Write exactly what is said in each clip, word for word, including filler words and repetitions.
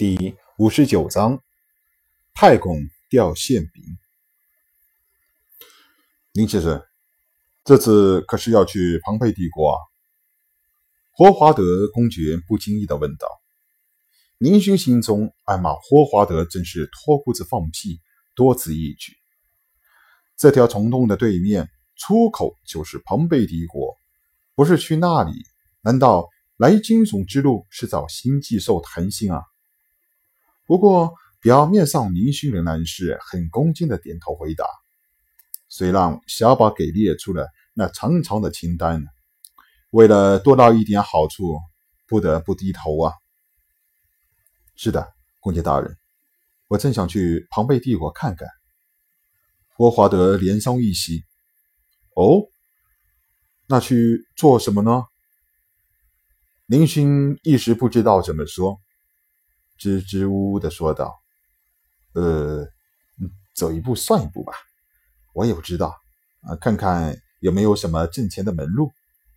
第五十九章太公掉馅饼。林先生，这次可是要去庞贝帝国啊？霍华德公爵不经意地问道。宁勋心中暗骂霍华德真是脱裤子放屁，多此一举。这条虫洞的对面出口就是庞贝帝国，不是去那里，难道来金属之路是找新寄兽谈心啊？不过表面上宁勋仍然是很恭敬的点头回答，虽然小宝给列出了那长长的清单，为了多到一点好处，不得不低头啊。是的，公爵大人，我正想去庞贝帝国看看。霍华德连声一喜。哦，那去做什么呢？宁勋一时不知道怎么说，支支吾吾地说道：呃，走一步算一步吧，我也不知道啊，看看有没有什么挣钱的门路。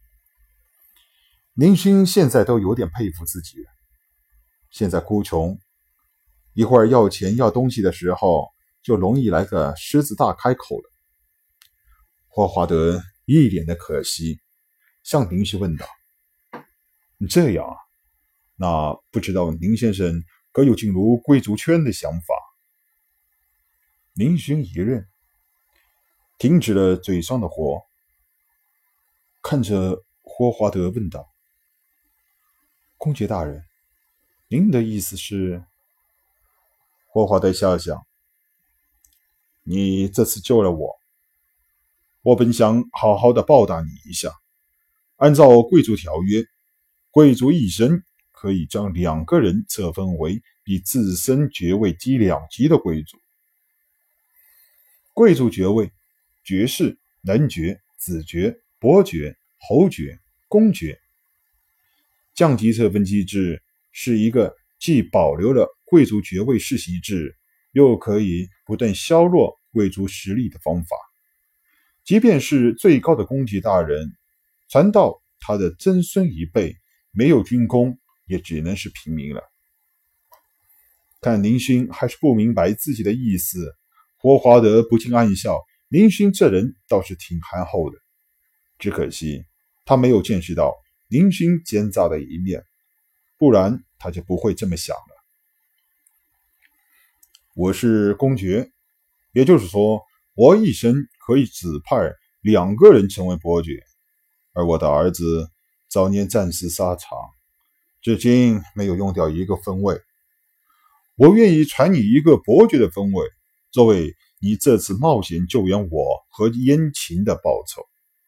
宁勋现在都有点佩服自己了，现在哭穷，一会儿要钱要东西的时候，就容易来个狮子大开口了。霍华德一脸的可惜，向宁勋问道：这样啊，那不知道宁先生可有进入贵族圈的想法？宁勋一愣，停止了嘴上的火，看着霍华德问道：公爵大人，您的意思是？霍华德笑笑：你这次救了我，我本想好好的报答你一下。按照贵族条约，贵族一生可以将两个人册封为比自身爵位低两级的贵族。贵族爵位：爵士、男爵、子爵、伯爵、侯爵、公爵。降级册分机制是一个既保留了贵族爵位世袭制，又可以不断削弱贵族实力的方法。即便是最高的公爵大人，传到他的曾孙一辈，没有军功，也只能是平民了。看宁勋还是不明白自己的意思，霍华德不禁暗笑，宁勋这人倒是挺憨厚的，只可惜他没有见识到宁勋奸诈的一面，不然他就不会这么想了。我是公爵，也就是说，我一生可以指派两个人成为伯爵，而我的儿子早年战死沙场，至今没有用掉一个分位。我愿意传你一个伯爵的分位，作为你这次冒险救援我和燕秦的报酬。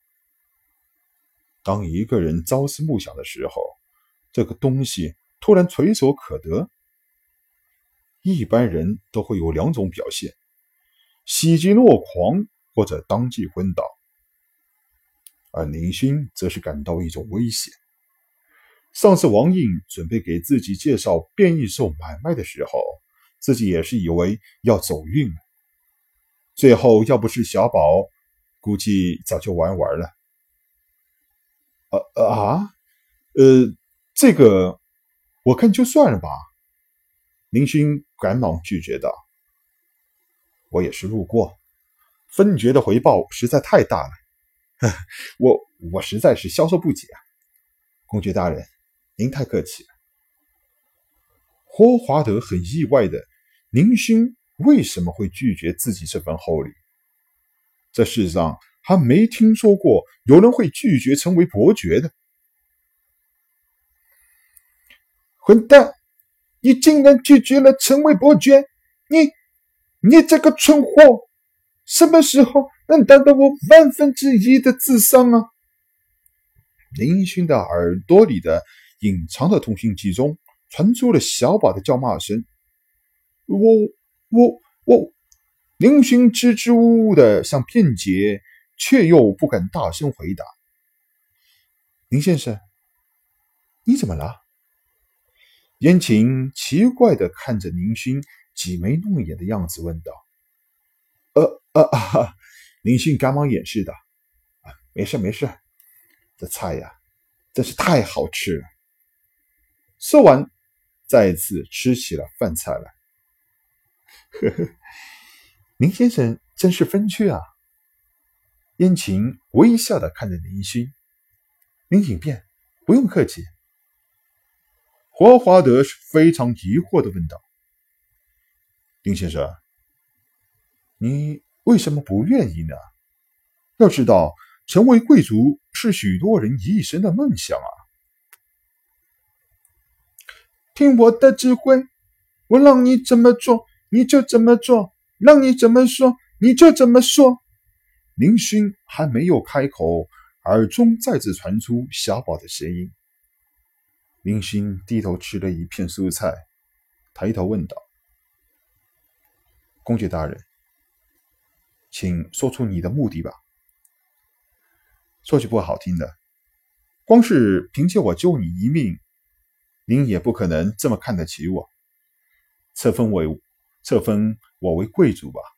当一个人朝思暮想的时候，这个东西突然垂手可得，一般人都会有两种表现：喜极若狂或者当即昏倒。而宁勋则是感到一种危险。上次王印准备给自己介绍变异兽买卖的时候，自己也是以为要走运了，最后要不是小宝，估计早就玩完了。呃啊，呃，这个我看就算了吧。宁勋赶忙拒绝道：我也是路过，分爵的回报实在太大了，我我实在是消受不起啊。公爵大人，您太客气了。霍华德很意外的，宁勋为什么会拒绝自己这份厚礼？这世上还没听说过有人会拒绝成为伯爵的。混蛋，你竟然拒绝了成为伯爵，你你这个蠢货，什么时候能达到我万分之一的智商啊？宁勋的耳朵里的隐藏的通讯机中传出了小宝的叫骂声。我我我宁勋支支吾吾的想辩解，却又不敢大声回答。宁先生，你怎么了？燕秦奇怪地看着宁勋挤眉弄眼的样子问道。呃呃啊，宁勋赶忙掩饰道：啊，没事没事，这菜呀真是太好吃了。说完， 再次吃起了饭菜来。呵呵，林先生真是风趣啊！燕晴微笑地看着林勋。林警便，不用客气。霍华德非常疑惑地问道：“林先生，你为什么不愿意呢？要知道，成为贵族是许多人一生的梦想啊！”听我的指挥，我让你怎么做，你就怎么做；让你怎么说，你就怎么说。林勋还没有开口，耳中再次传出小宝的声音。林勋低头吃了一片蔬菜，抬头问道：“公爵大人，请说出你的目的吧。”说句不好听的，光是凭借我救你一命，您也不可能这么看得起我，册封为册封我为贵族吧？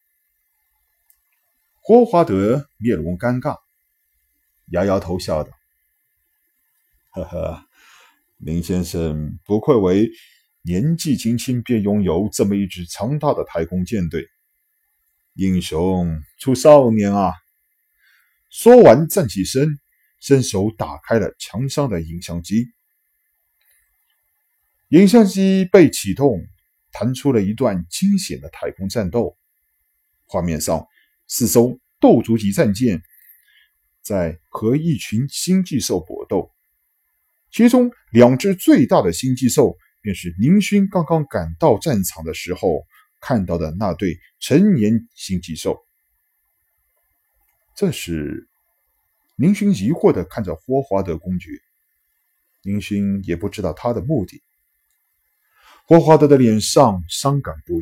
霍华德面容尴尬，摇摇头笑道：“呵呵，林先生不愧为年纪轻轻便拥有这么一支强大的太空舰队，英雄出少年啊！”说完站起身，伸手打开了墙上的影像机。影像机被启动，弹出了一段惊险的太空战斗。画面上，四艘斗族级战舰在和一群星际兽搏斗，其中两只最大的星际兽便是宁勋刚刚赶到战场的时候看到的那对成年星际兽。这时，宁勋疑惑地看着霍华德公爵，宁勋也不知道他的目的。霍华德的脸上伤感不已。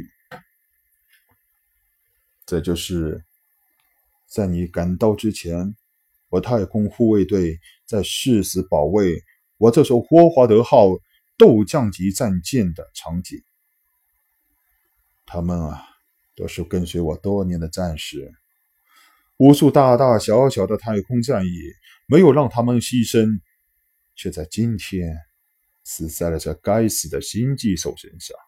这就是在你赶到之前，我太空护卫队在誓死保卫我这艘霍华德号斗将级战舰的场景。他们啊，都是跟随我多年的战士，无数大大小小的太空战役没有让他们牺牲，却在今天死在了这该死的星际兽身上。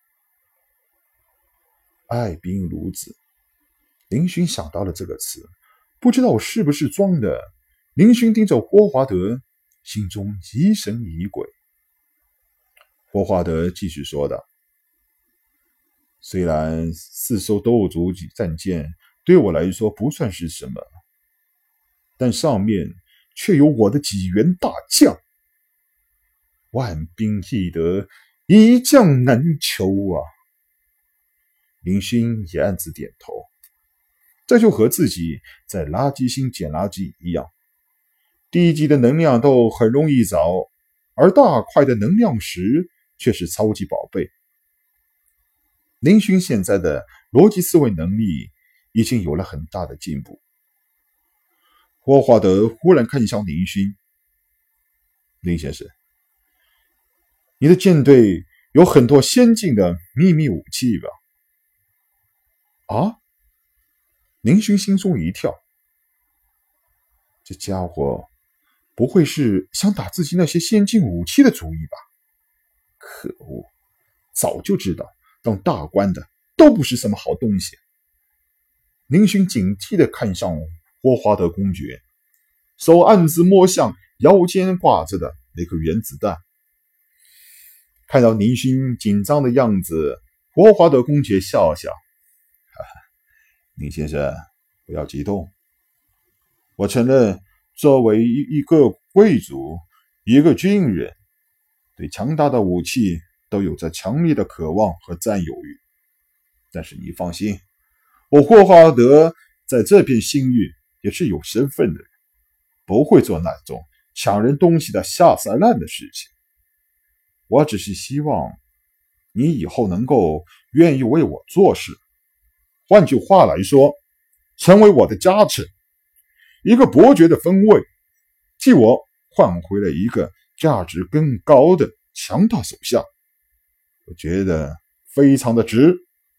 爱兵如子，林勋想到了这个词，不知道是不是装的。林勋盯着霍华德，心中疑神疑鬼。霍华德继续说道：“虽然四艘斗族级战舰对我来说不算是什么，但上面却有我的几员大将。万兵易得，一将难求啊！”林勋也暗自点头，这就和自己在垃圾星捡垃圾一样，低级的能量豆很容易找，而大块的能量石却是超级宝贝。林勋现在的逻辑思维能力已经有了很大的进步。霍华德忽然看向林勋：“林先生，你的舰队有很多先进的秘密武器吧？”啊！林勋心中一跳，这家伙不会是想打自己那些先进武器的主意吧？可恶，早就知道当大官的都不是什么好东西。林勋警惕地看向霍华德公爵，手暗自摸向腰间挂着的那颗原子弹。看到林勋紧张的样子，霍华德公爵笑笑：“哈哈，林先生，不要激动。我承认，作为一个贵族，一个军人，对强大的武器都有着强烈的渴望和占有欲。但是你放心，我霍华德在这片星域也是有身份的人，不会做那种抢人东西的下三滥的事情。我只是希望你以后能够愿意为我做事。换句话来说，成为我的家臣，一个伯爵的封位，替我换回了一个价值更高的强大手下，我觉得非常的值。”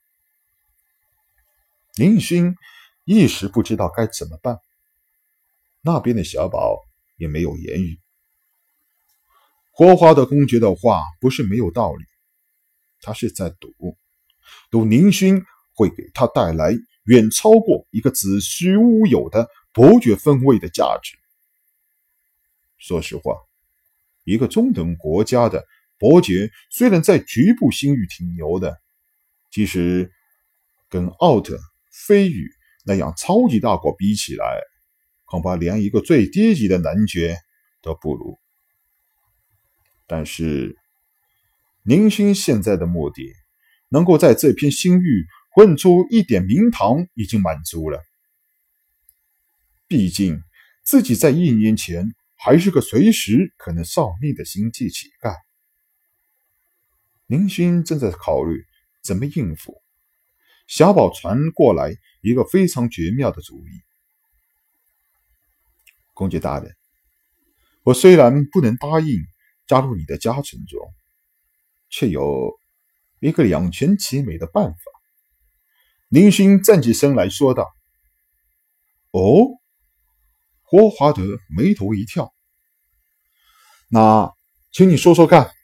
林勋一时不知道该怎么办，那边的小宝也没有言语。霍华德公爵的话不是没有道理， 他是在赌，赌宁勋会给他带来远超过一个子虚乌有的伯爵分位的价值。说实话，一个中等国家的伯爵虽然在局部信誉挺牛的，其实跟奥特、飞羽那样超级大国比起来，恐怕连一个最低级的男爵都不如。但是宁勋现在的目的，能够在这片星域混出一点名堂已经满足了。毕竟自己在一年前还是个随时可能丧命的星际乞丐。宁勋正在考虑怎么应付，小宝传过来一个非常绝妙的主意。公爵大人，我虽然不能答应加入你的家臣中，却有一个两全其美的办法。宁勋站起身来说道。哦？霍华德眉头一跳。那请你说说看。